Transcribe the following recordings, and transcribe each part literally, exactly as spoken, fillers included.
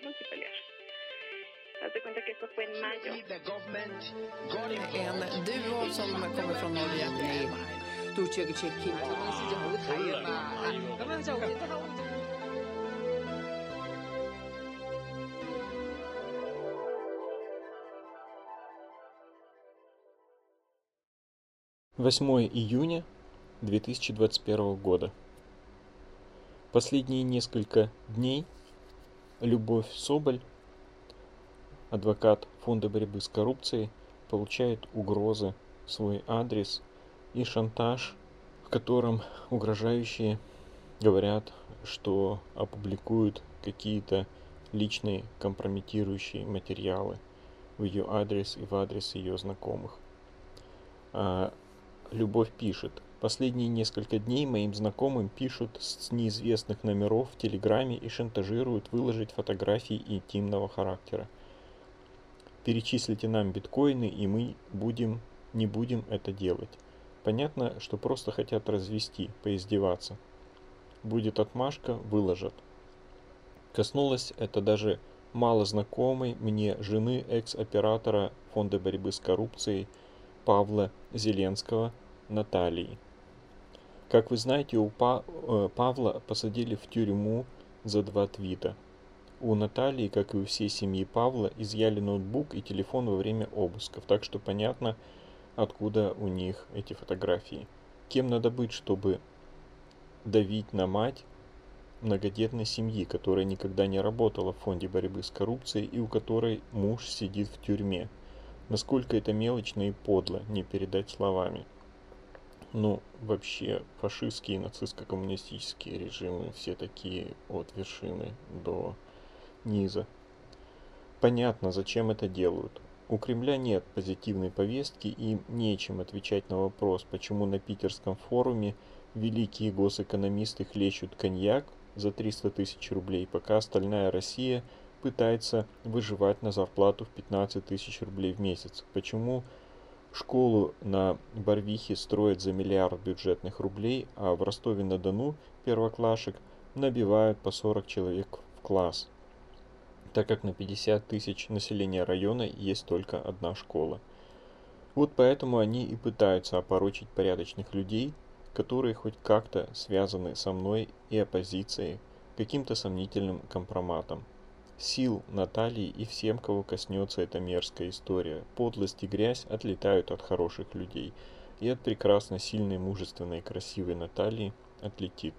formas y pelear. Haz de cuenta que esto fue en mayo. En duo som kommer från Norge. Nej. Du tycker check in. восьмое июня две тысячи двадцать первого года. Последние несколько дней Любовь Соболь, адвокат Фонда борьбы с коррупцией, получает угрозы в свой адрес и шантаж, в котором угрожающие говорят, что опубликуют какие-то личные компрометирующие материалы в ее адрес и в адрес ее знакомых. А Любовь пишет: «Последние несколько дней моим знакомым пишут с неизвестных номеров в Телеграме и шантажируют выложить фотографии интимного характера. Перечислите нам биткоины, и мы будем, не будем это делать. Понятно, что просто хотят развести, поиздеваться. Будет отмашка, выложат». Коснулось это даже малознакомой мне жены экс-оператора Фонда борьбы с коррупцией Павла Зеленского, Натальи. Как вы знаете, у Па- э, Павла посадили в тюрьму за два твита. У Натальи, как и у всей семьи Павла, изъяли ноутбук и телефон во время обысков, так что понятно, откуда у них эти фотографии. Кем надо быть, чтобы давить на мать многодетной семьи, которая никогда не работала в Фонде борьбы с коррупцией и у которой муж сидит в тюрьме? Насколько это мелочно и подло, не передать словами. Ну, вообще, фашистские и нацистско-коммунистические режимы все такие от вершины до низа. Понятно, зачем это делают. У Кремля нет позитивной повестки, и им нечем отвечать на вопрос, почему на питерском форуме великие госэкономисты хлещут коньяк за триста тысяч рублей, пока остальная Россия пытается выживать на зарплату в пятнадцать тысяч рублей в месяц. Почему школу на Барвихе строят за миллиард бюджетных рублей, а в Ростове-на-Дону первоклашек набивают по сорок человек в класс, так как на пятьдесят тысяч населения района есть только одна школа. Вот поэтому они и пытаются опорочить порядочных людей, которые хоть как-то связаны со мной и оппозицией, каким-то сомнительным компроматом. Сил Натальи и всем, кого коснется эта мерзкая история. Подлость и грязь отлетают от хороших людей, и от прекрасно сильной, мужественной и красивой Натальи отлетит.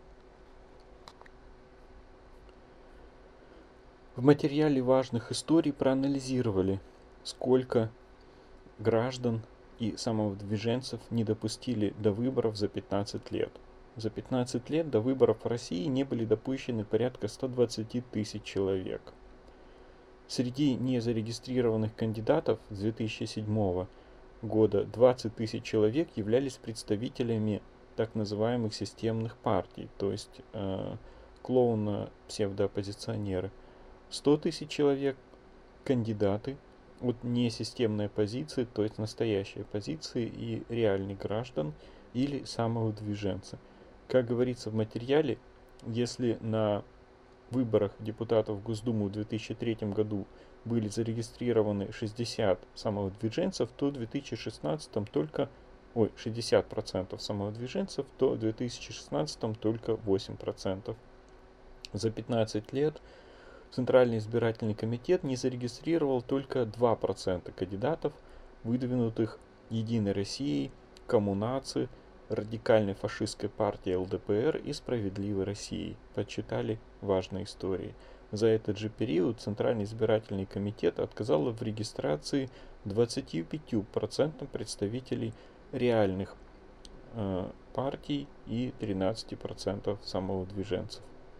В материале важных историй проанализировали, сколько граждан и самовыдвиженцев не допустили до выборов за пятнадцать лет. За пятнадцать лет до выборов в России не были допущены порядка ста двадцати тысяч человек. Среди незарегистрированных кандидатов с две тысячи седьмого года двадцать тысяч человек являлись представителями так называемых системных партий, то есть э, клоуна-псевдооппозиционеры. сто тысяч человек кандидаты от несистемной оппозиции, то есть настоящей оппозиции и реальных граждан или самовыдвиженцы. Как говорится в материале, если на выборах депутатов в Госдуму в две тысячи третьем году были зарегистрированы шестьдесят самовыдвиженцев, то в две тысячи шестнадцатом только, ой, шестьдесят процентов самовыдвиженцев, то в две тысячи шестнадцатом только восемь процентов. За пятнадцать лет Центральный избирательный комитет не зарегистрировал только два процента кандидатов, выдвинутых Единой Россией, Коммунации, радикальной фашистской партии эл дэ пэ эр и Справедливой Россией, подсчитали важные истории. За этот же период Центральный избирательный комитет отказал в регистрации двадцати пяти процентам представителей реальных э, партий и тринадцати процентам самовыдвиженцев.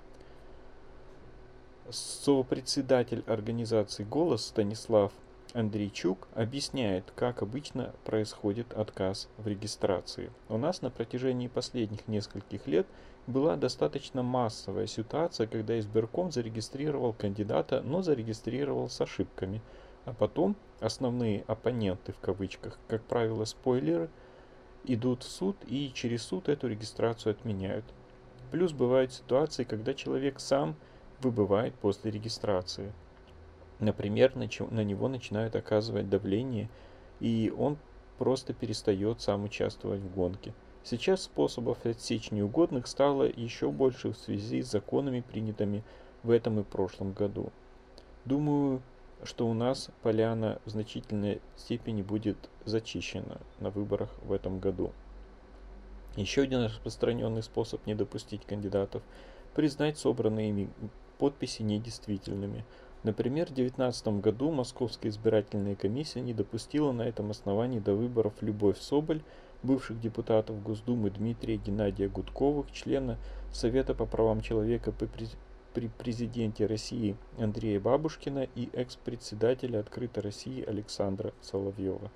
Сопредседатель организации «Голос» Станислав Андрейчук объясняет, как обычно происходит отказ в регистрации. У нас на протяжении последних нескольких лет была достаточно массовая ситуация, когда избирком зарегистрировал кандидата, но зарегистрировал с ошибками. А потом основные оппоненты, в кавычках, как правило спойлеры, идут в суд и через суд эту регистрацию отменяют. Плюс бывают ситуации, когда человек сам выбывает после регистрации. Например, на него начинают оказывать давление, и он просто перестает сам участвовать в гонке. Сейчас способов отсечь неугодных стало еще больше в связи с законами, принятыми в этом и прошлом году. Думаю, что у нас поляна в значительной степени будет зачищена на выборах в этом году. Еще один распространенный способ не допустить кандидатов – признать собранные ими подписи недействительными. Например, в две тысячи девятнадцатом году Московская избирательная комиссия не допустила на этом основании до выборов Любовь Соболь, бывших депутатов Госдумы Дмитрия Геннадия Гудковых, члена Совета по правам человека при президенте России Андрея Бабушкина и экс-председателя Открытой России Александра Соловьева.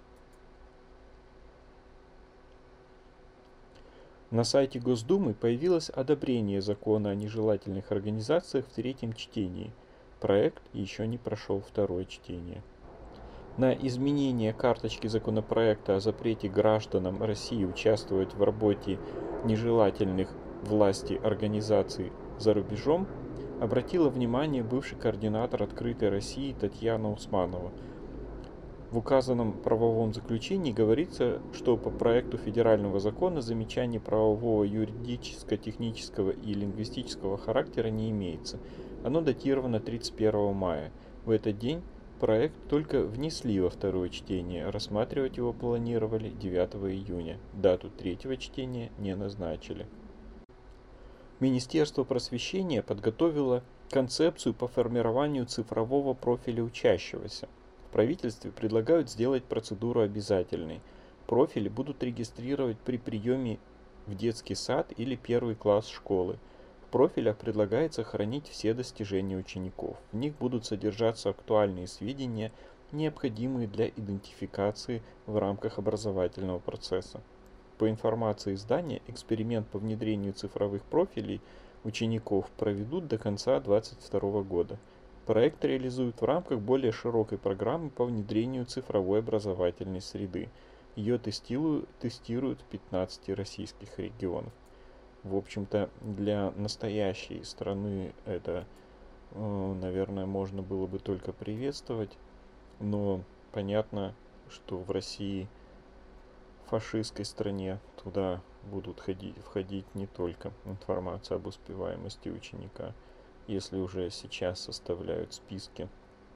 На сайте Госдумы появилось одобрение закона о нежелательных организациях в третьем чтении. Проект еще не прошел второе чтение. На изменение карточки законопроекта о запрете гражданам России участвовать в работе нежелательных власти организаций за рубежом обратила внимание бывший координатор Открытой России Татьяна Усманова. В указанном правовом заключении говорится, что по проекту федерального закона замечаний правового, юридического, технического и лингвистического характера не имеется. Оно датировано тридцать первого мая. В этот день проект только внесли во второе чтение, рассматривать его планировали девятого июня. Дату третьего чтения не назначили. Министерство просвещения подготовило концепцию по формированию цифрового профиля учащегося. В правительстве предлагают сделать процедуру обязательной. Профили будут регистрировать при приеме в детский сад или первый класс школы. В профилях предлагается хранить все достижения учеников. В них будут содержаться актуальные сведения, необходимые для идентификации в рамках образовательного процесса. По информации издания, эксперимент по внедрению цифровых профилей учеников проведут до конца две тысячи двадцать второго года. Проект реализуют в рамках более широкой программы по внедрению цифровой образовательной среды. Ее тестируют, тестируют в пятнадцати российских регионах. В общем-то, для настоящей страны это, наверное, можно было бы только приветствовать, но понятно, что в России, фашистской стране, туда будут ходить, входить не только информация об успеваемости ученика. Если уже сейчас составляют списки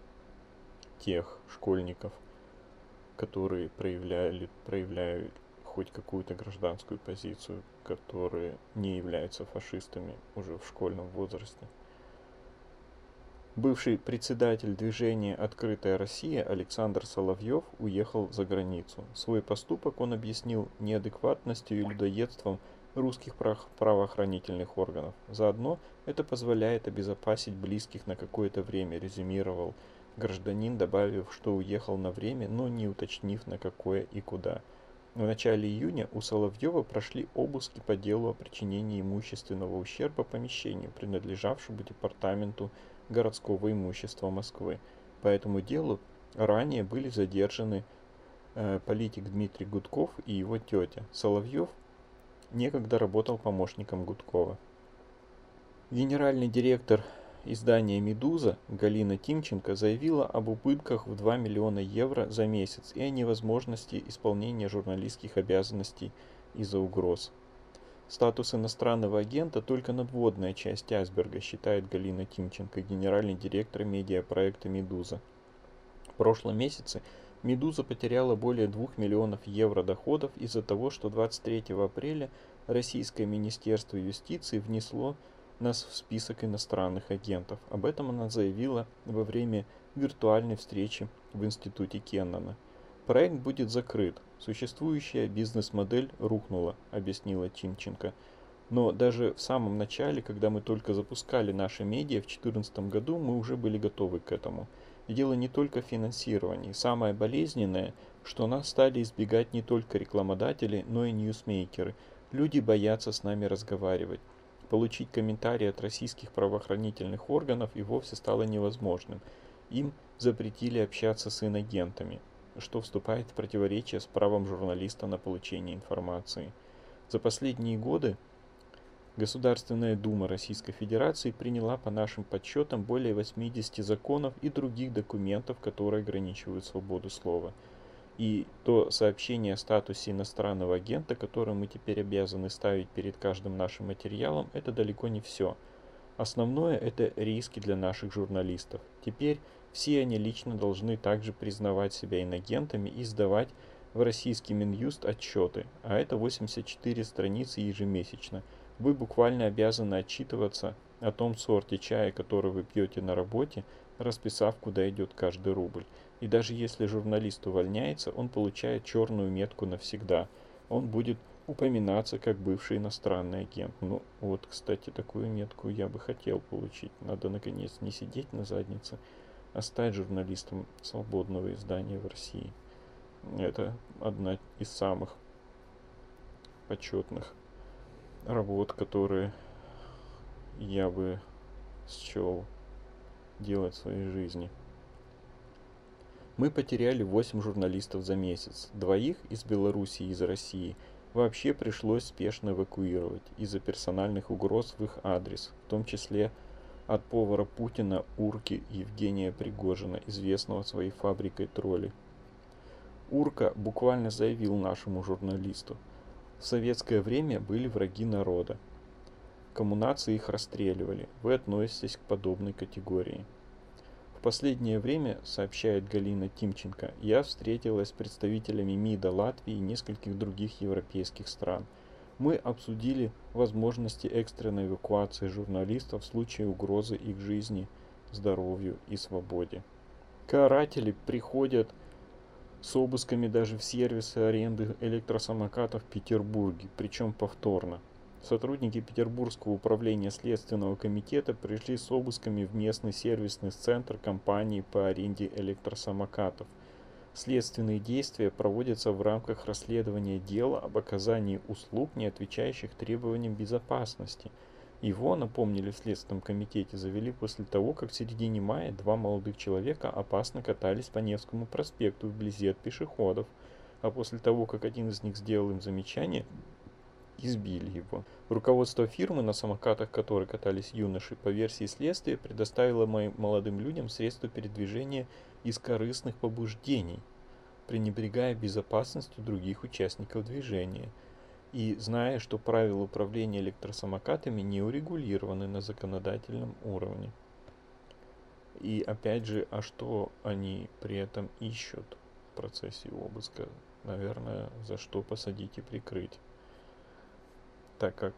тех школьников, которые проявляли, проявляют хоть какую-то гражданскую позицию, которые не являются фашистами уже в школьном возрасте. Бывший председатель движения «Открытая Россия» Александр Соловьев уехал за границу. Свой поступок он объяснил неадекватностью и людоедством русских правоохранительных органов. Заодно это позволяет обезопасить близких на какое-то время, резюмировал гражданин, добавив, что уехал на время, но не уточнив на какое и куда. В начале июня у Соловьева прошли обыски по делу о причинении имущественного ущерба помещению, принадлежавшему департаменту городского имущества Москвы. По этому делу ранее были задержаны э, политик Дмитрий Гудков и его тетя. Соловьев некогда работал помощником Гудкова. Генеральный директор издания «Медуза» Галина Тимченко заявила об убытках в два миллиона евро за месяц и о невозможности исполнения журналистских обязанностей из-за угроз. Статус иностранного агента только надводная часть айсберга, считает Галина Тимченко, генеральный директор медиапроекта «Медуза». В прошлом месяце «Медуза» потеряла более двух миллионов евро доходов из-за того, что двадцать третьего апреля Российское министерство юстиции внесло нас в список иностранных агентов. Об этом она заявила во время виртуальной встречи в институте Кеннона. Проект будет закрыт. Существующая бизнес-модель рухнула, объяснила Тимченко. Но даже в самом начале, когда мы только запускали наши медиа в две тысячи четырнадцатом году, мы уже были готовы к этому. И дело не только в финансировании. Самое болезненное, что нас стали избегать не только рекламодатели, но и ньюсмейкеры. Люди боятся с нами разговаривать. Получить комментарии от российских правоохранительных органов и вовсе стало невозможным. Им запретили общаться с инагентами, что вступает в противоречие с правом журналиста на получение информации. За последние годы Государственная Дума Российской Федерации приняла по нашим подсчетам более восьмидесяти законов и других документов, которые ограничивают свободу слова. И то сообщение о статусе иностранного агента, которое мы теперь обязаны ставить перед каждым нашим материалом, это далеко не все. Основное – это риски для наших журналистов. Теперь все они лично должны также признавать себя инагентами и сдавать в российский Минюст отчеты, а это восемьдесят четыре страницы ежемесячно. Вы буквально обязаны отчитываться о том сорте чая, который вы пьете на работе, расписав, куда идет каждый рубль. И даже если журналист увольняется, он получает черную метку навсегда. Он будет упоминаться как бывший иностранный агент. Ну вот, кстати, такую метку я бы хотел получить. Надо, наконец, не сидеть на заднице, а стать журналистом свободного издания в России. Это одна из самых почетных работ, которые я бы счел делать в своей жизни. Мы потеряли восемь журналистов за месяц. Двоих из Беларуси и из России вообще пришлось спешно эвакуировать из-за персональных угроз в их адрес, в том числе от повара Путина Урки Евгения Пригожина, известного своей фабрикой троллей. Урка буквально заявил нашему журналисту: в советское время были враги народа. Коммунации их расстреливали. Вы относитесь к подобной категории. В последнее время, сообщает Галина Тимченко, я встретилась с представителями МИДа Латвии и нескольких других европейских стран. Мы обсудили возможности экстренной эвакуации журналистов в случае угрозы их жизни, здоровью и свободе. Каратели приходят с обысками даже в сервисы аренды электросамокатов в Петербурге, причем повторно. Сотрудники Петербургского управления Следственного комитета пришли с обысками в местный сервисный центр компании по аренде электросамокатов. Следственные действия проводятся в рамках расследования дела об оказании услуг, не отвечающих требованиям безопасности. Его, напомнили в Следственном комитете, завели после того, как в середине мая два молодых человека опасно катались по Невскому проспекту вблизи от пешеходов, а после того, как один из них сделал им замечание, избили его. Руководство фирмы, на самокатах которой катались юноши, по версии следствия, предоставило моим молодым людям средства передвижения из корыстных побуждений, пренебрегая безопасностью других участников движения, и зная, что правила управления электросамокатами не урегулированы на законодательном уровне. И опять же, а что они при этом ищут в процессе обыска? Наверное, за что посадить и прикрыть, так как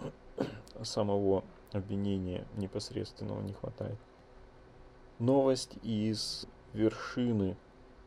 самого обвинения непосредственного не хватает. Новость из вершины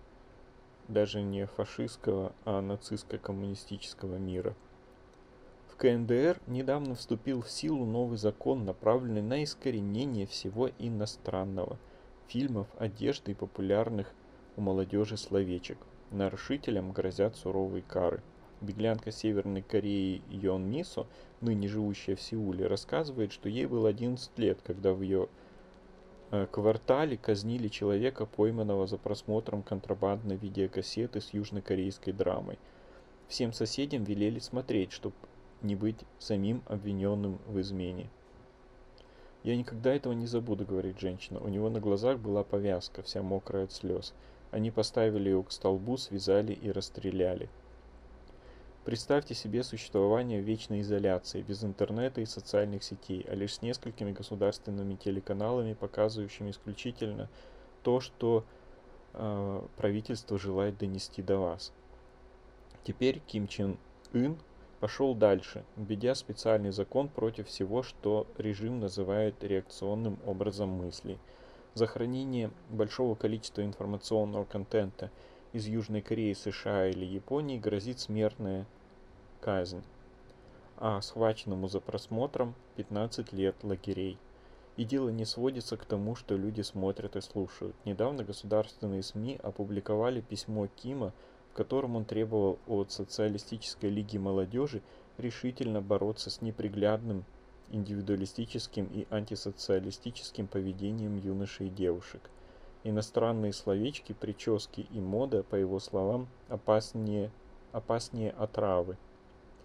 даже не фашистского, а нацистско-коммунистического мира. В ка эн дэ эр недавно вступил в силу новый закон, направленный на искоренение всего иностранного, фильмов, одежды и популярных у молодежи словечек. Нарушителям грозят суровые кары. Беглянка Северной Кореи Йон Мисо, ныне живущая в Сеуле, рассказывает, что ей было одиннадцать лет, когда в ее э, квартале казнили человека, пойманного за просмотром контрабандной видеокассеты с южнокорейской драмой. Всем соседям велели смотреть, чтобы не быть самим обвиненным в измене. «Я никогда этого не забуду», — говорит женщина. У него на глазах была повязка, вся мокрая от слез. Они поставили его к столбу, связали и расстреляли. Представьте себе существование в вечной изоляции, без интернета и социальных сетей, а лишь с несколькими государственными телеканалами, показывающими исключительно то, что э, правительство желает донести до вас. Теперь Ким Чен Ын пошел дальше, введя специальный закон против всего, что режим называет реакционным образом мыслей. За хранение большого количества информационного контента из Южной Кореи, США или Японии грозит смертная казнь, а схваченному за просмотром пятнадцать лет лагерей. И дело не сводится к тому, что люди смотрят и слушают. Недавно государственные СМИ опубликовали письмо Кима, в котором он требовал от Социалистической лиги молодежи решительно бороться с неприглядным, индивидуалистическим и антисоциалистическим поведением юношей и девушек. Иностранные словечки, прически и мода, по его словам, опаснее, опаснее отравы.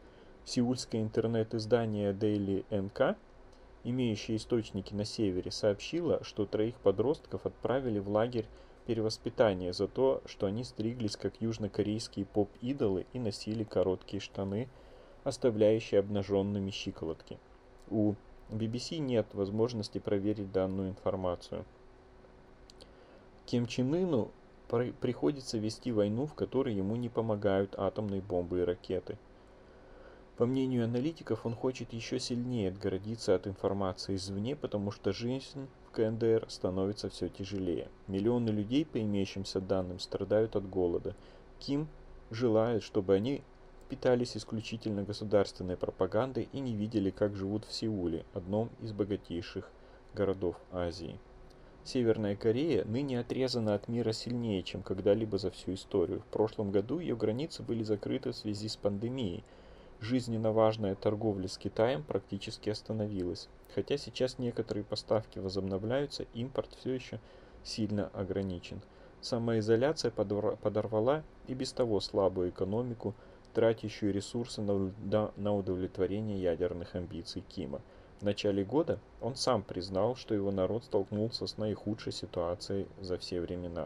Сеульское интернет-издание Daily эн ка, имеющее источники на севере, сообщило, что троих подростков отправили в лагерь перевоспитания за то, что они стриглись как южнокорейские поп-идолы и носили короткие штаны, оставляющие обнаженными щиколотки. У би би си нет возможности проверить данную информацию. Ким Чен Ыну приходится вести войну, в которой ему не помогают атомные бомбы и ракеты. По мнению аналитиков, он хочет еще сильнее отгородиться от информации извне, потому что жизнь в ка эн дэ эр становится все тяжелее. Миллионы людей, по имеющимся данным, страдают от голода. Ким желает, чтобы они питались исключительно государственной пропагандой и не видели, как живут в Сеуле, одном из богатейших городов Азии. Северная Корея ныне отрезана от мира сильнее, чем когда-либо за всю историю. В прошлом году ее границы были закрыты в связи с пандемией. Жизненно важная торговля с Китаем практически остановилась. Хотя сейчас некоторые поставки возобновляются, импорт все еще сильно ограничен. Самоизоляция подорвала и без того слабую экономику, тратящую ресурсы на удовлетворение ядерных амбиций Кима. В начале года он сам признал, что его народ столкнулся с наихудшей ситуацией за все времена.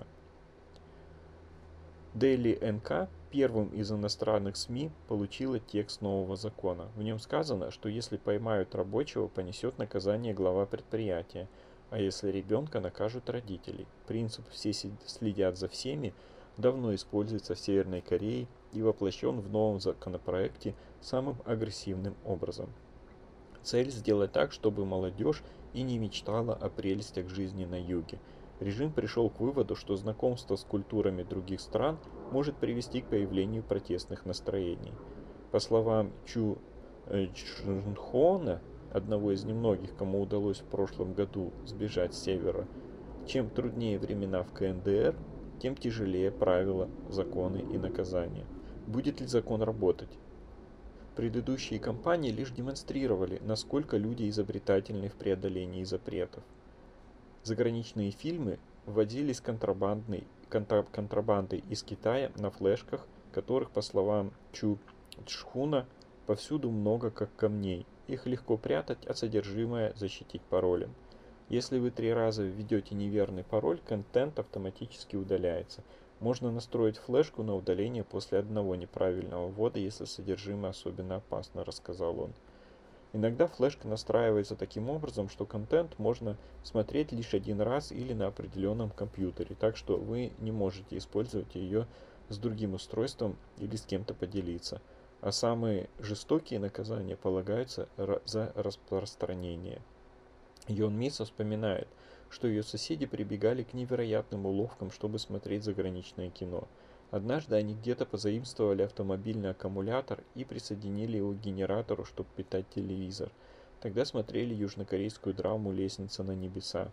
Daily эн ка первым из иностранных СМИ получила текст нового закона. В нем сказано, что если поймают рабочего, понесет наказание глава предприятия, а если ребенка, накажут родителей. Принцип «все следят за всеми» давно используется в Северной Корее и воплощен в новом законопроекте самым агрессивным образом. Цель сделать так, чтобы молодежь и не мечтала о прелестях жизни на юге. Режим пришел к выводу, что знакомство с культурами других стран может привести к появлению протестных настроений. По словам Чу Чжунхона, одного из немногих, кому удалось в прошлом году сбежать с севера, чем труднее времена в ка эн дэ эр, тем тяжелее правила, законы и наказания. Будет ли закон работать? Предыдущие кампании лишь демонстрировали, насколько люди изобретательны в преодолении запретов. Заграничные фильмы вводились контрабандой, контрабандой из Китая на флешках, которых, по словам Чу Чхуна, повсюду много как камней. Их легко прятать, а содержимое защитить паролем. Если вы три раза введете неверный пароль, контент автоматически удаляется. Можно настроить флешку на удаление после одного неправильного ввода, если содержимое особенно опасно, рассказал он. Иногда флешка настраивается таким образом, что контент можно смотреть лишь один раз или на определенном компьютере, так что вы не можете использовать ее с другим устройством или с кем-то поделиться. А самые жестокие наказания полагаются за распространение. Йон Миса вспоминает, что ее соседи прибегали к невероятным уловкам, чтобы смотреть заграничное кино. Однажды они где-то позаимствовали автомобильный аккумулятор и присоединили его к генератору, чтобы питать телевизор. Тогда смотрели южнокорейскую драму «Лестница на небеса».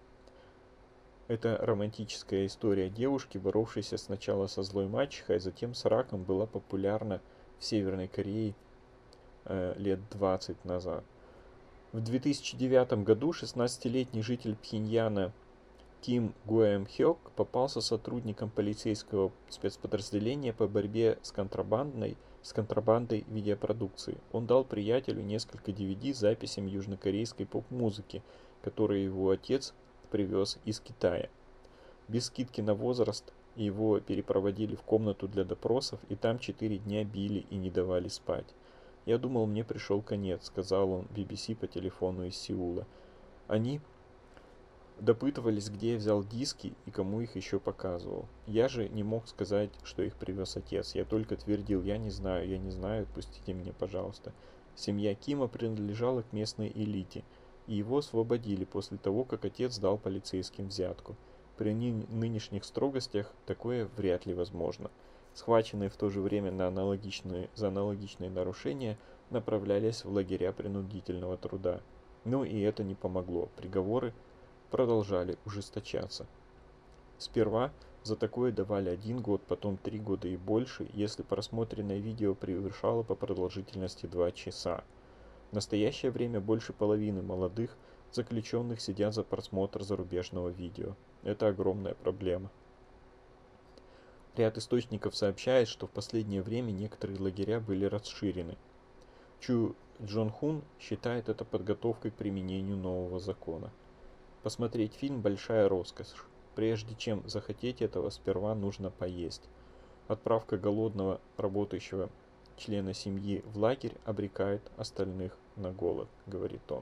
Эта романтическая история девушки, боровшейся сначала со злой мачехой, а затем с раком, была популярна в Северной Корее э, лет двадцать назад. В две тысячи девятом году шестнадцатилетний житель Пхеньяна Ким Гуэм Хёк попался сотрудником полицейского спецподразделения по борьбе с контрабандой, с контрабандой видеопродукции. Он дал приятелю несколько ди ви ди с записями южнокорейской поп-музыки, которые его отец привез из Китая. Без скидки на возраст его перепроводили в комнату для допросов, и там четыре дня били и не давали спать. «Я думал, мне пришел конец», — сказал он би би си по телефону из Сеула. Они допытывались, где я взял диски и кому их еще показывал. Я же не мог сказать, что их привез отец. Я только твердил: я не знаю, я не знаю, отпустите меня, пожалуйста. Семья Кима принадлежала к местной элите, и его освободили после того, как отец дал полицейским взятку. При нынешних строгостях такое вряд ли возможно. Схваченные в то же время на аналогичные, за аналогичные нарушения направлялись в лагеря принудительного труда. Но и это не помогло. Приговоры продолжали ужесточаться. Сперва за такое давали один год, потом три года и больше, если просмотренное видео превышало по продолжительности два часа. В настоящее время больше половины молодых заключенных сидят за просмотр зарубежного видео. Это огромная проблема. Ряд источников сообщает, что в последнее время некоторые лагеря были расширены. Чу Джон Хун считает это подготовкой к применению нового закона. Посмотреть фильм – большая роскошь. Прежде чем захотеть этого, сперва нужно поесть. Отправка голодного работающего члена семьи в лагерь обрекает остальных на голод, говорит он.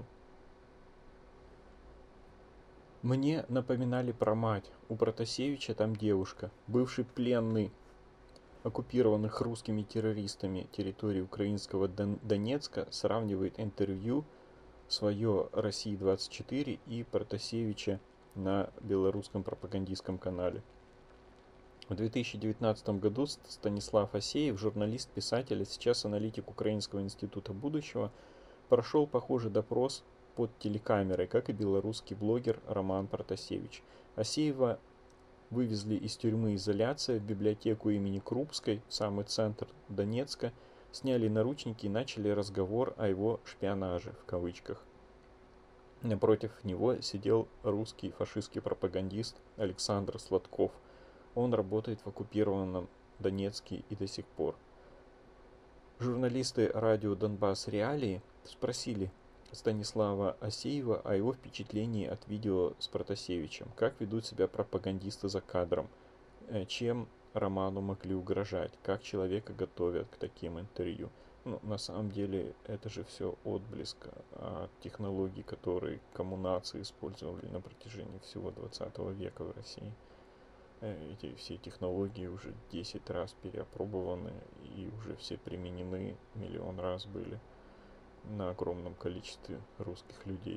Мне напоминали про мать. У Протасевича там девушка, бывший пленный оккупированных русскими террористами территории украинского Донецка, сравнивает интервью свое России двадцать четыре и Протасевича на белорусском пропагандистском канале. В две тысячи девятнадцатом году Станислав Асеев, журналист, писатель, а сейчас аналитик Украинского института будущего, прошел похожий допрос под телекамерой, как и белорусский блогер Роман Протасевич. Асеева вывезли из тюрьмы изоляция в библиотеку имени Крупской, в самый центр Донецка, сняли наручники и начали разговор о его «шпионаже» в кавычках. Напротив него сидел русский фашистский пропагандист Александр Сладков. Он работает в оккупированном Донецке и до сих пор. Журналисты радио «Донбасс Реалии» спросили Станислава Асеева о его впечатлении от видео с Протасевичем. Как ведут себя пропагандисты за кадром? Чем Роману могли угрожать? Как человека готовят к таким интервью? Ну, на самом деле, это же все отблеск от технологий, которые коммунации использовали на протяжении всего двадцатого века в России. Эти все технологии уже десять раз переопробованы и уже все применены, миллион раз были на огромном количестве русских людей,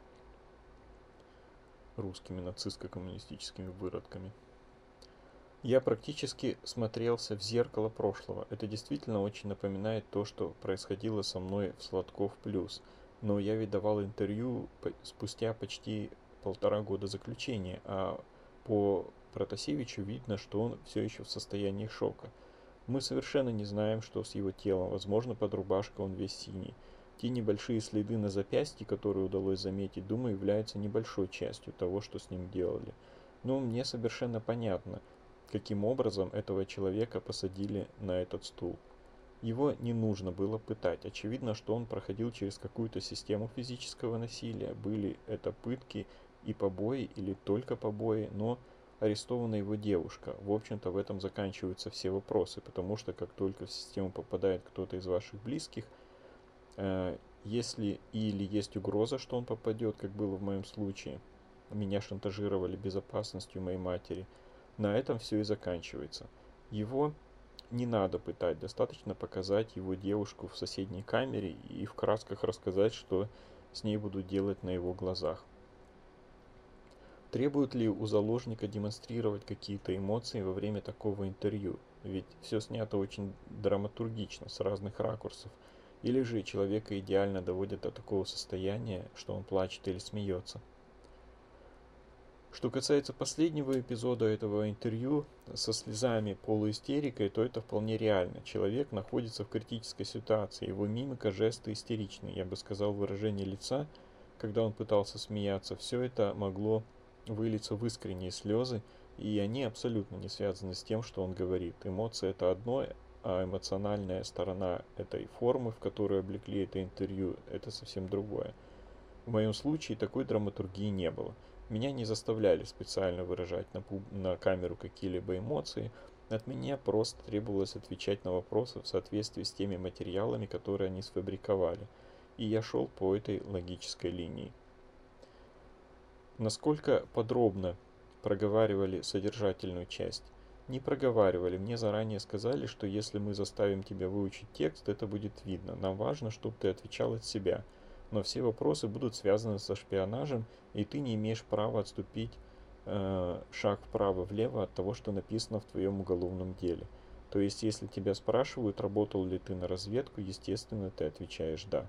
русскими нацистско-коммунистическими выродками. Я практически смотрелся в зеркало прошлого. Это действительно очень напоминает то, что происходило со мной в Сладков Плюс. Но я ведь давал интервью спустя почти полтора года заключения, а по Протасевичу видно, что он все еще в состоянии шока. Мы совершенно не знаем, что с его телом. Возможно, под рубашкой он весь синий. Те небольшие следы на запястье, которые удалось заметить, думаю, являются небольшой частью того, что с ним делали. Но мне совершенно понятно, каким образом этого человека посадили на этот стул. Его не нужно было пытать. Очевидно, что он проходил через какую-то систему физического насилия. Были это пытки и побои или только побои, но арестована его девушка. В общем-то, в этом заканчиваются все вопросы, потому что как только в систему попадает кто-то из ваших близких, э, если или есть угроза, что он попадет, как было в моем случае, меня шантажировали безопасностью моей матери, на этом все и заканчивается. Его не надо пытать, достаточно показать его девушку в соседней камере и в красках рассказать, что с ней будут делать на его глазах. Требует ли у заложника демонстрировать какие-то эмоции во время такого интервью? Ведь все снято очень драматургично, с разных ракурсов. Или же человека идеально доводят до такого состояния, что он плачет или смеется. Что касается последнего эпизода этого интервью со слезами, полуистерикой, то это вполне реально. Человек находится в критической ситуации, его мимика, жесты истеричны. Я бы сказал, выражение лица, когда он пытался смеяться, все это могло вылиться в искренние слезы, и они абсолютно не связаны с тем, что он говорит. Эмоции — это одно, а эмоциональная сторона этой формы, в которую облекли это интервью, это совсем другое. В моем случае такой драматургии не было. Меня не заставляли специально выражать на, пуб... на камеру какие-либо эмоции, от меня просто требовалось отвечать на вопросы в соответствии с теми материалами, которые они сфабриковали, и я шел по этой логической линии. Насколько подробно проговаривали содержательную часть? Не проговаривали. Мне заранее сказали, что если мы заставим тебя выучить текст, это будет видно. Нам важно, чтобы ты отвечал от себя. Но все вопросы будут связаны со шпионажем, и ты не имеешь права отступить э, шаг вправо-влево от того, что написано в твоем уголовном деле. То есть, если тебя спрашивают, работал ли ты на разведку, естественно, ты отвечаешь «да».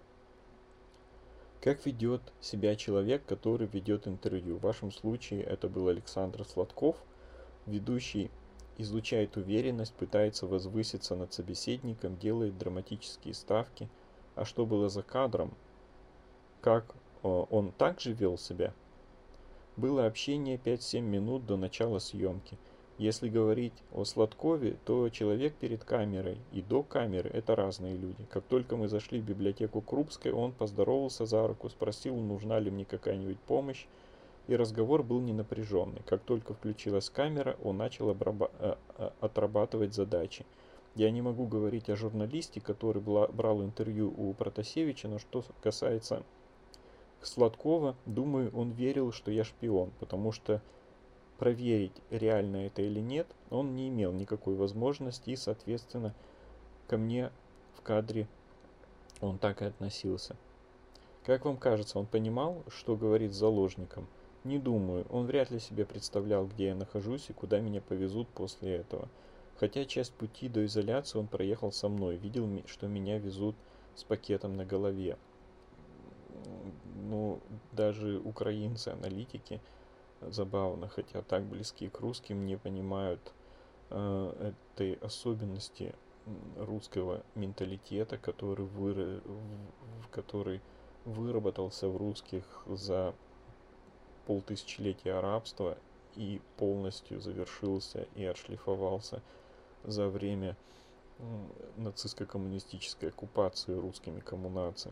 Как ведет себя человек, который ведет интервью? В вашем случае это был Александр Сладков. Ведущий излучает уверенность, пытается возвыситься над собеседником, делает драматические ставки. А что было за кадром? Как он также вел себя? Было общение пять-семь минут до начала съемки. Если говорить о Сладкове, то человек перед камерой и до камеры – это разные люди. Как только мы зашли в библиотеку Крупской, он поздоровался за руку, спросил, нужна ли мне какая-нибудь помощь, и разговор был не напряженный. Как только включилась камера, он начал обраба- э, э, отрабатывать задачи. Я не могу говорить о журналисте, который бла- брал интервью у Протасевича, но что касается Сладкова, думаю, он верил, что я шпион, потому что проверить, реально это или нет, он не имел никакой возможности, и, соответственно, ко мне в кадре он так и относился. Как вам кажется, он понимал, что говорит с заложником? Не думаю, он вряд ли себе представлял, где я нахожусь и куда меня повезут после этого. Хотя часть пути до изоляции он проехал со мной, видел, что меня везут с пакетом на голове. Ну, даже украинцы, аналитики, забавно, хотя так близки к русским, не понимают э, этой особенности русского менталитета, который, выра... который выработался в русских за полтысячелетия рабства и полностью завершился и отшлифовался за время нацистско-коммунистической оккупации русскими коммунаци.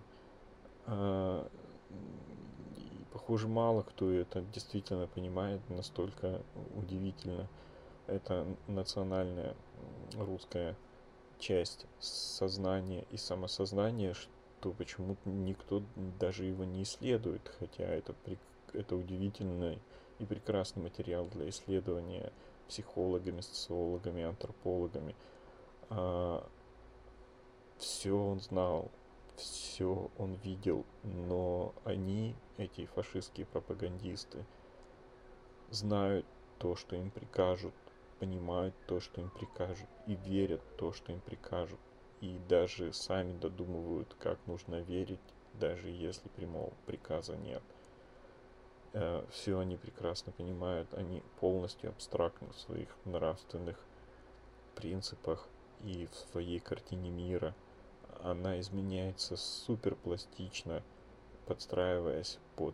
И, похоже, мало кто это действительно понимает, настолько удивительно. Это национальная русская часть сознания и самосознания, что почему-то никто даже его не исследует, хотя это, это удивительный и прекрасный материал для исследования психологами, социологами, антропологами. А, все он знал, все он видел, но они, эти фашистские пропагандисты, знают то, что им прикажут, понимают то, что им прикажут, и верят в то, что им прикажут, и даже сами додумывают, как нужно верить, даже если прямого приказа нет. Все они прекрасно понимают, они полностью абстрактны в своих нравственных принципах и в своей картине мира. Она изменяется суперпластично, подстраиваясь под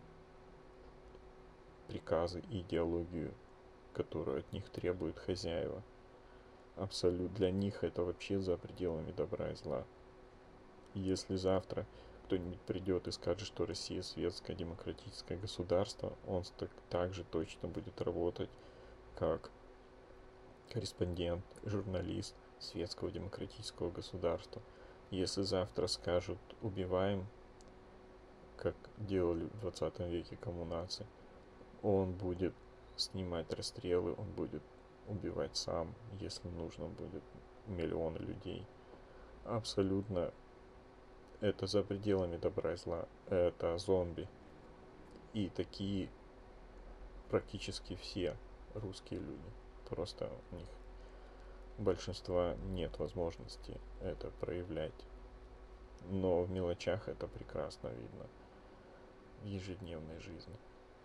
приказы и идеологию, которую от них требуют хозяева. Абсолютно для них это вообще за пределами добра и зла. И если завтра кто-нибудь придет и скажет, что Россия светское демократическое государство, он так, так же точно будет работать, как корреспондент, журналист светского демократического государства. Если завтра скажут «убиваем», как делали в двадцатом веке коммунации, он будет снимать расстрелы, он будет убивать сам, если нужно будет миллионы людей. Абсолютно это за пределами добра и зла, это зомби. И такие практически все русские люди. Просто у них большинства нет возможности это проявлять. Но в мелочах это прекрасно видно в ежедневной жизни.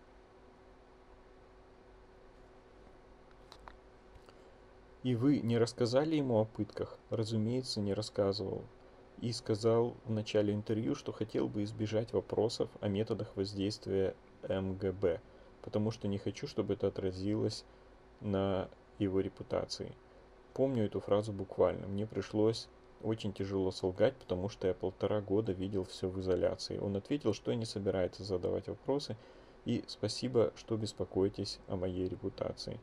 И вы не рассказали ему о пытках? Разумеется, не рассказывал. И сказал в начале интервью, что хотел бы избежать вопросов о методах воздействия эм гэ бэ, потому что не хочу, чтобы это отразилось на его репутации. Помню эту фразу буквально. Мне пришлось очень тяжело солгать, потому что я полтора года видел все в изоляции. Он ответил, что не собирается задавать вопросы, и спасибо, что беспокоитесь о моей репутации.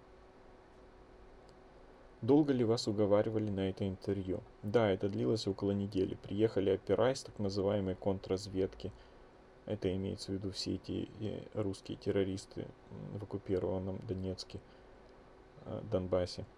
Долго ли вас уговаривали на это интервью? Да, это длилось около недели. Приехали опера из так называемой контрразведки. Это имеется в виду все эти русские террористы в оккупированном Донецке, Донбассе.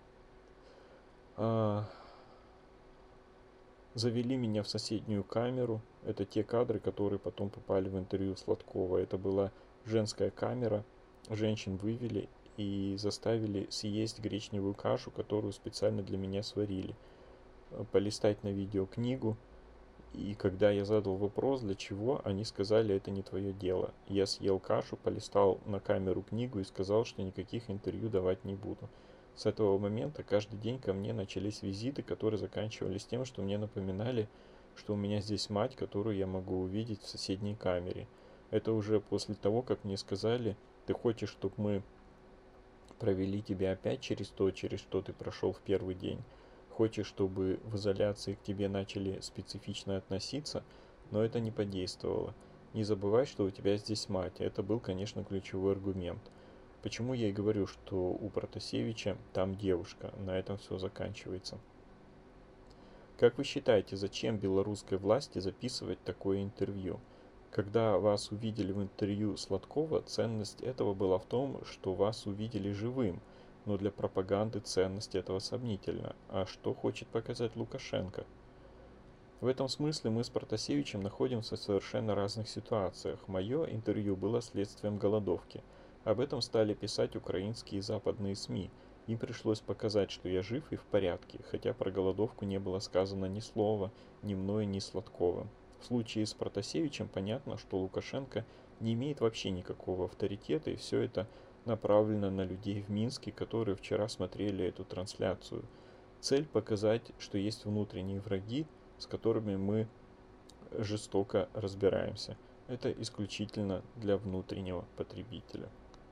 Завели меня в соседнюю камеру. Это те кадры, которые потом попали в интервью Сладкова. Это была женская камера. Женщин вывели и заставили съесть гречневую кашу, которую специально для меня сварили. Полистать на видео книгу. И когда я задал вопрос, для чего, они сказали, это не твое дело. Я съел кашу, полистал на камеру книгу и сказал, что никаких интервью давать не буду. С этого момента каждый день ко мне начались визиты, которые заканчивались тем, что мне напоминали, что у меня здесь мать, которую я могу увидеть в соседней камере. Это уже после того, как мне сказали, ты хочешь, чтобы мы провели тебя опять через то, через что ты прошел в первый день. Хочешь, чтобы в изоляции к тебе начали специфично относиться, но это не подействовало. Не забывай, что у тебя здесь мать. Это был, конечно, ключевой аргумент. Почему я и говорю, что у Протасевича там девушка. На этом все заканчивается. Как вы считаете, зачем белорусской власти записывать такое интервью? Когда вас увидели в интервью Сладкова, ценность этого была в том, что вас увидели живым, но для пропаганды ценность этого сомнительна. А что хочет показать Лукашенко? В этом смысле мы с Протасевичем находимся в совершенно разных ситуациях. Мое интервью было следствием голодовки. Об этом стали писать украинские и западные СМИ. Им пришлось показать, что я жив и в порядке, хотя про голодовку не было сказано ни слова, ни мной, ни Сладкова. В случае с Протасевичем понятно, что Лукашенко не имеет вообще никакого авторитета, и все это направлено на людей в Минске, которые вчера смотрели эту трансляцию. Цель показать, что есть внутренние враги, с которыми мы жестоко разбираемся. Это исключительно для внутреннего потребителя.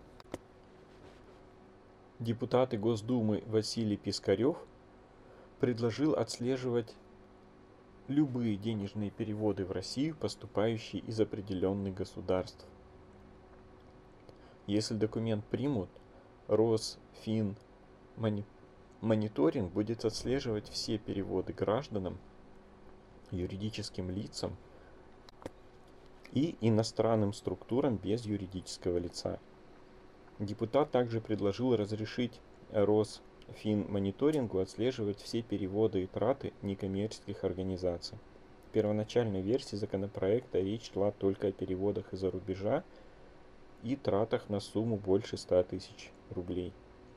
Депутат Госдумы Василий Пискарев предложил отслеживать любые денежные переводы в Россию, поступающие из определенных государств. Если документ примут, Росфинмониторинг будет отслеживать все переводы гражданам, юридическим лицам и иностранным структурам без юридического лица. Депутат также предложил разрешить Росфинмониторингу отслеживать все переводы и траты некоммерческих организаций. В первоначальной версии законопроекта речь шла только о переводах из-за рубежа и тратах на сумму больше ста тысяч рублей.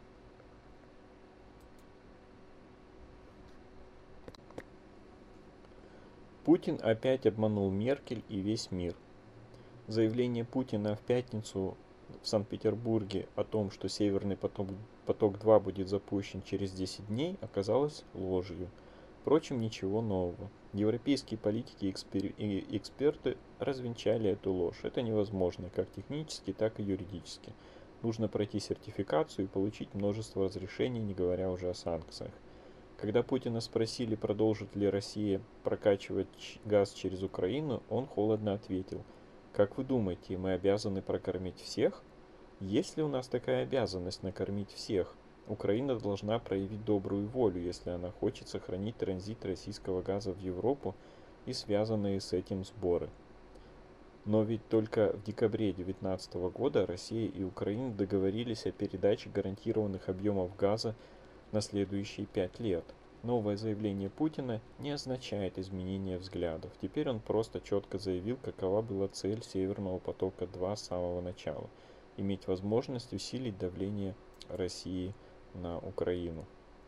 Путин опять обманул Меркель и весь мир. Заявление Путина в пятницу в Санкт-Петербурге о том, что Северный поток-два будет запущен через десять дней, оказалось ложью. Впрочем, ничего нового. Европейские политики и эксперты развенчали эту ложь. Это невозможно как технически, так и юридически. Нужно пройти сертификацию и получить множество разрешений, не говоря уже о санкциях. Когда Путина спросили, продолжит ли Россия прокачивать газ через Украину, он холодно ответил: «Как вы думаете, мы обязаны прокормить всех? Есть ли у нас такая обязанность накормить всех? Украина должна проявить добрую волю, если она хочет сохранить транзит российского газа в Европу и связанные с этим сборы». Но ведь только в декабре две тысячи девятнадцатого года Россия и Украина договорились о передаче гарантированных объемов газа на следующие пять лет. Новое заявление Путина не означает изменения взглядов. Теперь он просто четко заявил, какова была цель Северного потока-два с самого начала – иметь возможность усилить давление России на Украину.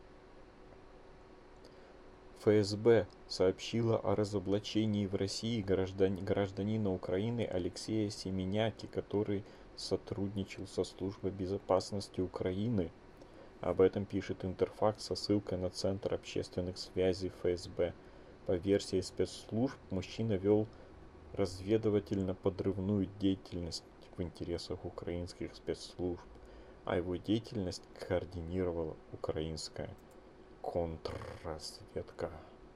ФСБ сообщила о разоблачении в России граждан... гражданина Украины Алексея Семеняки, который сотрудничал со Службой безопасности Украины. Об этом пишет Интерфакс со ссылкой на Центр общественных связей ФСБ. По версии спецслужб, мужчина вел разведывательно-подрывную деятельность в интересах украинских спецслужб, а его деятельность координировала украинская контрразведка.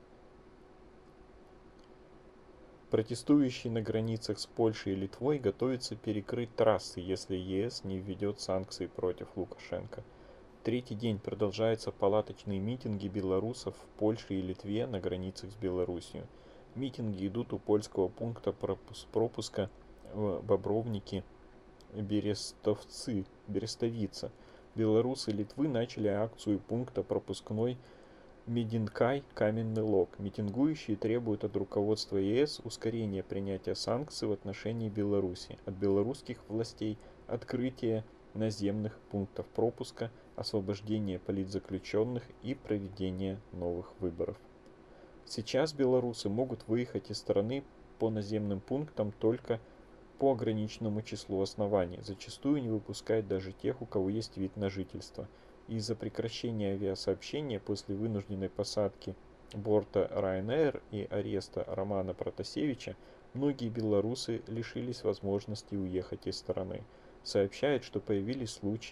Протестующие на границах с Польшей и Литвой готовятся перекрыть трассы, если ЕС не введет санкции против Лукашенко. Третий день продолжаются палаточные митинги белорусов в Польше и Литве на границах с Белоруссией. Митинги идут у польского пункта пропуска в Бобровники Берестовцы, Берестовица. Белорусы Литвы начали акцию пункта пропускной Мединкай Каменный Лог. Митингующие требуют от руководства ЕС ускорения принятия санкций в отношении Беларуси, от белорусских властей открытия наземных пунктов пропуска, освобождение политзаключенных и проведение новых выборов. Сейчас белорусы могут выехать из страны по наземным пунктам только по ограниченному числу оснований, зачастую не выпускают даже тех, у кого есть вид на жительство. Из-за прекращения авиасообщения после вынужденной посадки борта Ryanair и ареста Романа Протасевича многие белорусы лишились возможности уехать из страны. Сообщают, что появились случаи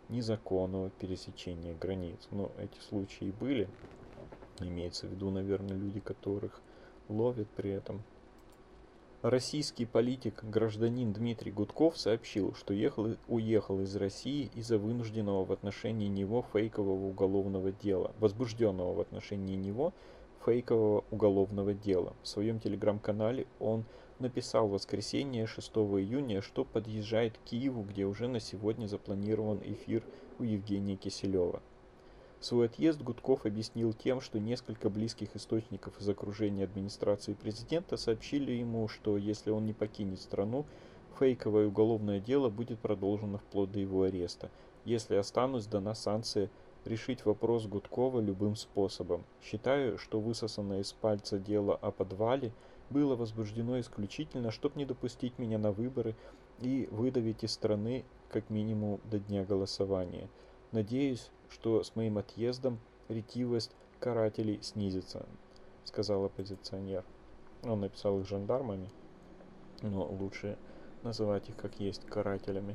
незаконного пересечения границ. Но эти случаи были. Имеется в виду, наверное, люди, которых ловят при этом. Российский политик, гражданин Дмитрий Гудков сообщил, что ехал, уехал из России из-за вынужденного в отношении него фейкового уголовного дела, возбужденного в отношении него фейкового уголовного дела. В своем телеграм-канале он написал в воскресенье шестого июня, что подъезжает к Киеву, где уже на сегодня запланирован эфир у Евгения Киселева. Свой отъезд Гудков объяснил тем, что несколько близких источников из окружения администрации президента сообщили ему, что если он не покинет страну, фейковое уголовное дело будет продолжено вплоть до его ареста. Если останусь, дана санкция решить вопрос Гудкова любым способом. Считаю, что высосанное из пальца дело о подвале было возбуждено исключительно, чтобы не допустить меня на выборы и выдавить из страны как минимум до дня голосования. Надеюсь, что с моим отъездом ретивость карателей снизится, сказал оппозиционер. Он написал их жандармами, но лучше называть их как есть карателями.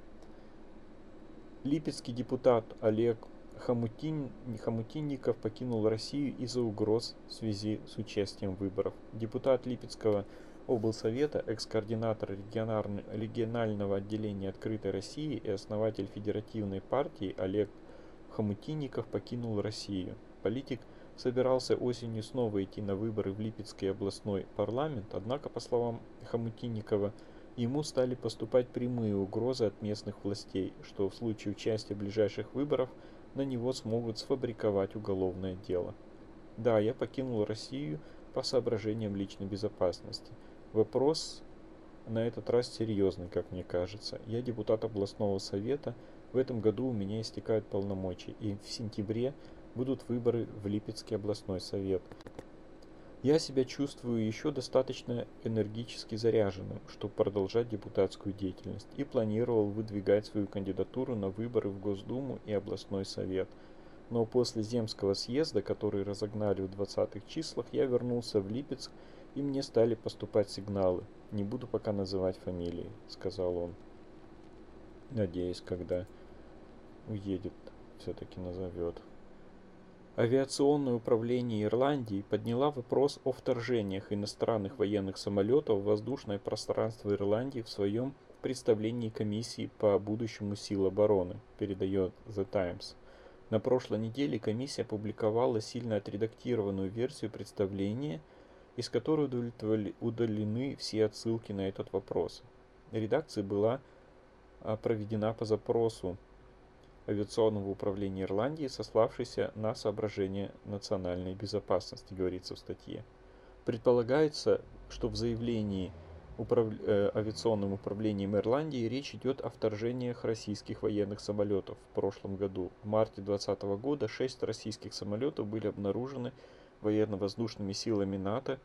Липецкий депутат Олег Хомутин... Хомутинников покинул Россию из-за угроз в связи с участием в выборах. Депутат Липецкого облсовета, экс-координатор регионального отделения Открытой России и основатель федеративной партии Олег Хомутинников покинул Россию. Политик собирался осенью снова идти на выборы в Липецкий областной парламент, однако, по словам Хомутинникова, ему стали поступать прямые угрозы от местных властей, что в случае участия в ближайших выборах на него смогут сфабриковать уголовное дело. Да, я покинул Россию по соображениям личной безопасности. Вопрос на этот раз серьезный, как мне кажется. Я депутат областного совета. В этом году у меня истекают полномочия, и в сентябре будут выборы в Липецкий областной совет. Я себя чувствую еще достаточно энергически заряженным, чтобы продолжать депутатскую деятельность, и планировал выдвигать свою кандидатуру на выборы в Госдуму и областной совет. Но после Земского съезда, который разогнали в двадцатых числах, я вернулся в Липецк, и мне стали поступать сигналы. Не буду пока называть фамилии, сказал он. Надеюсь, когда уедет, все-таки назовет. Авиационное управление Ирландии подняло вопрос о вторжениях иностранных военных самолетов в воздушное пространство Ирландии в своем представлении комиссии по будущему сил обороны, передает The Times. На прошлой неделе комиссия опубликовала сильно отредактированную версию представления, из которой удалены все отсылки на этот вопрос. Редакция была проведена по запросу авиационного управления Ирландии, сославшейся на соображения национальной безопасности, говорится в статье. Предполагается, что в заявлении управ... э, авиационным управлением Ирландии речь идет о вторжениях российских военных самолетов в прошлом году. В марте две тысячи двадцатого года шесть российских самолетов были обнаружены военно-воздушными силами НАТО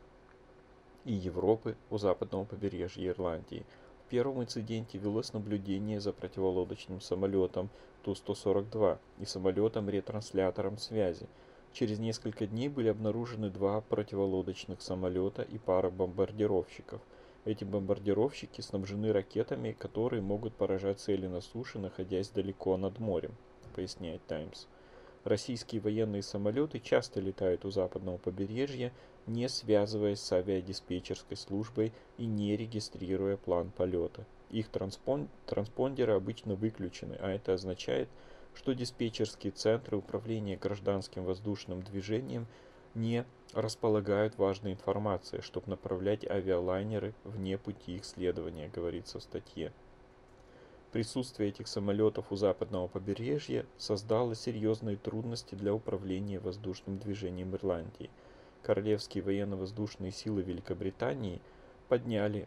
и Европы у западного побережья Ирландии. В первом инциденте велось наблюдение за противолодочным самолетом Ту сто сорок два и самолетом-ретранслятором связи. Через несколько дней были обнаружены два противолодочных самолета и пара бомбардировщиков. Эти бомбардировщики снабжены ракетами, которые могут поражать цели на суше, находясь далеко над морем, поясняет Таймс. Российские военные самолеты часто летают у западного побережья, не связываясь с авиадиспетчерской службой и не регистрируя план полета. Их транспон... транспондеры обычно выключены, а это означает, что диспетчерские центры управления гражданским воздушным движением не располагают важной информацией, чтобы направлять авиалайнеры вне пути их следования, говорится в статье. Присутствие этих самолетов у западного побережья создало серьезные трудности для управления воздушным движением Ирландии. Королевские военно-воздушные силы Великобритании подняли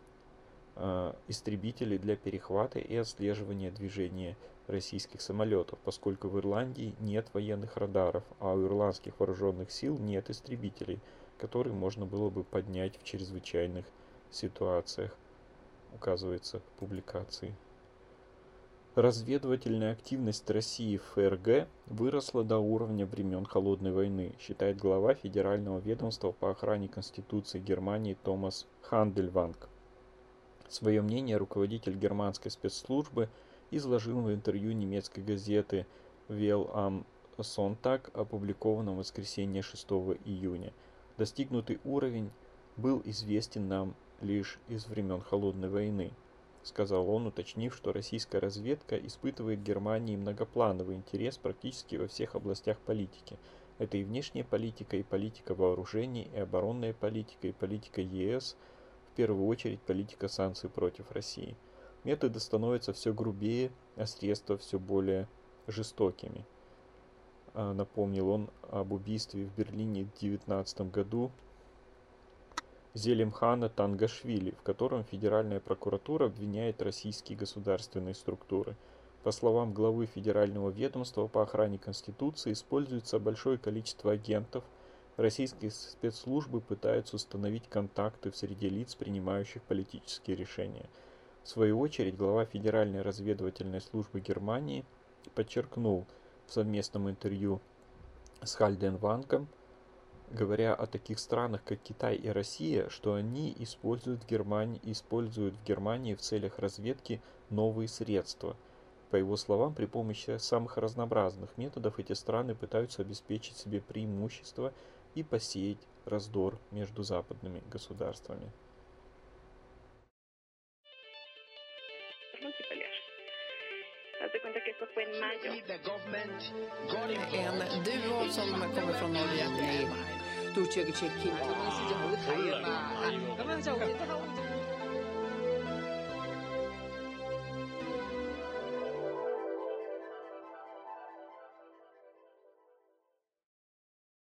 э, истребители для перехвата и отслеживания движения российских самолетов, поскольку в Ирландии нет военных радаров, а у ирландских вооруженных сил нет истребителей, которые можно было бы поднять в чрезвычайных ситуациях, указывается в публикации. Разведывательная активность России в ФРГ выросла до уровня времен Холодной войны, считает глава Федерального ведомства по охране Конституции Германии Томас Хандельванг. Свое мнение руководитель германской спецслужбы изложил в интервью немецкой газеты Welt am Sonntag, опубликованном в воскресенье шестого июня. Достигнутый уровень был известен нам лишь из времен Холодной войны, сказал он, уточнив, что российская разведка испытывает в Германии многоплановый интерес практически во всех областях политики. Это и внешняя политика, и политика вооружений, и оборонная политика, и политика ЕС, в первую очередь политика санкций против России. Методы становятся все грубее, а средства все более жестокими. Напомнил он об убийстве в Берлине в две тысячи девятнадцатом году Зелимхана Тангашвили, в котором Федеральная прокуратура обвиняет российские государственные структуры. По словам главы Федерального ведомства по охране Конституции, используется большое количество агентов. Российские спецслужбы пытаются установить контакты в среде лиц, принимающих политические решения. В свою очередь, глава Федеральной разведывательной службы Германии подчеркнул в совместном интервью с Хальденвангом, говоря о таких странах, как Китай и Россия, что они используют в Германии, используют в Германии в целях разведки новые средства. По его словам, при помощи самых разнообразных методов эти страны пытаются обеспечить себе преимущество и посеять раздор между западными государствами. Haz de cuenta que esto fue en mayo. En duo som kommer från Norge. 네. 또 저기 제 키. 몰라요. 아, 이거.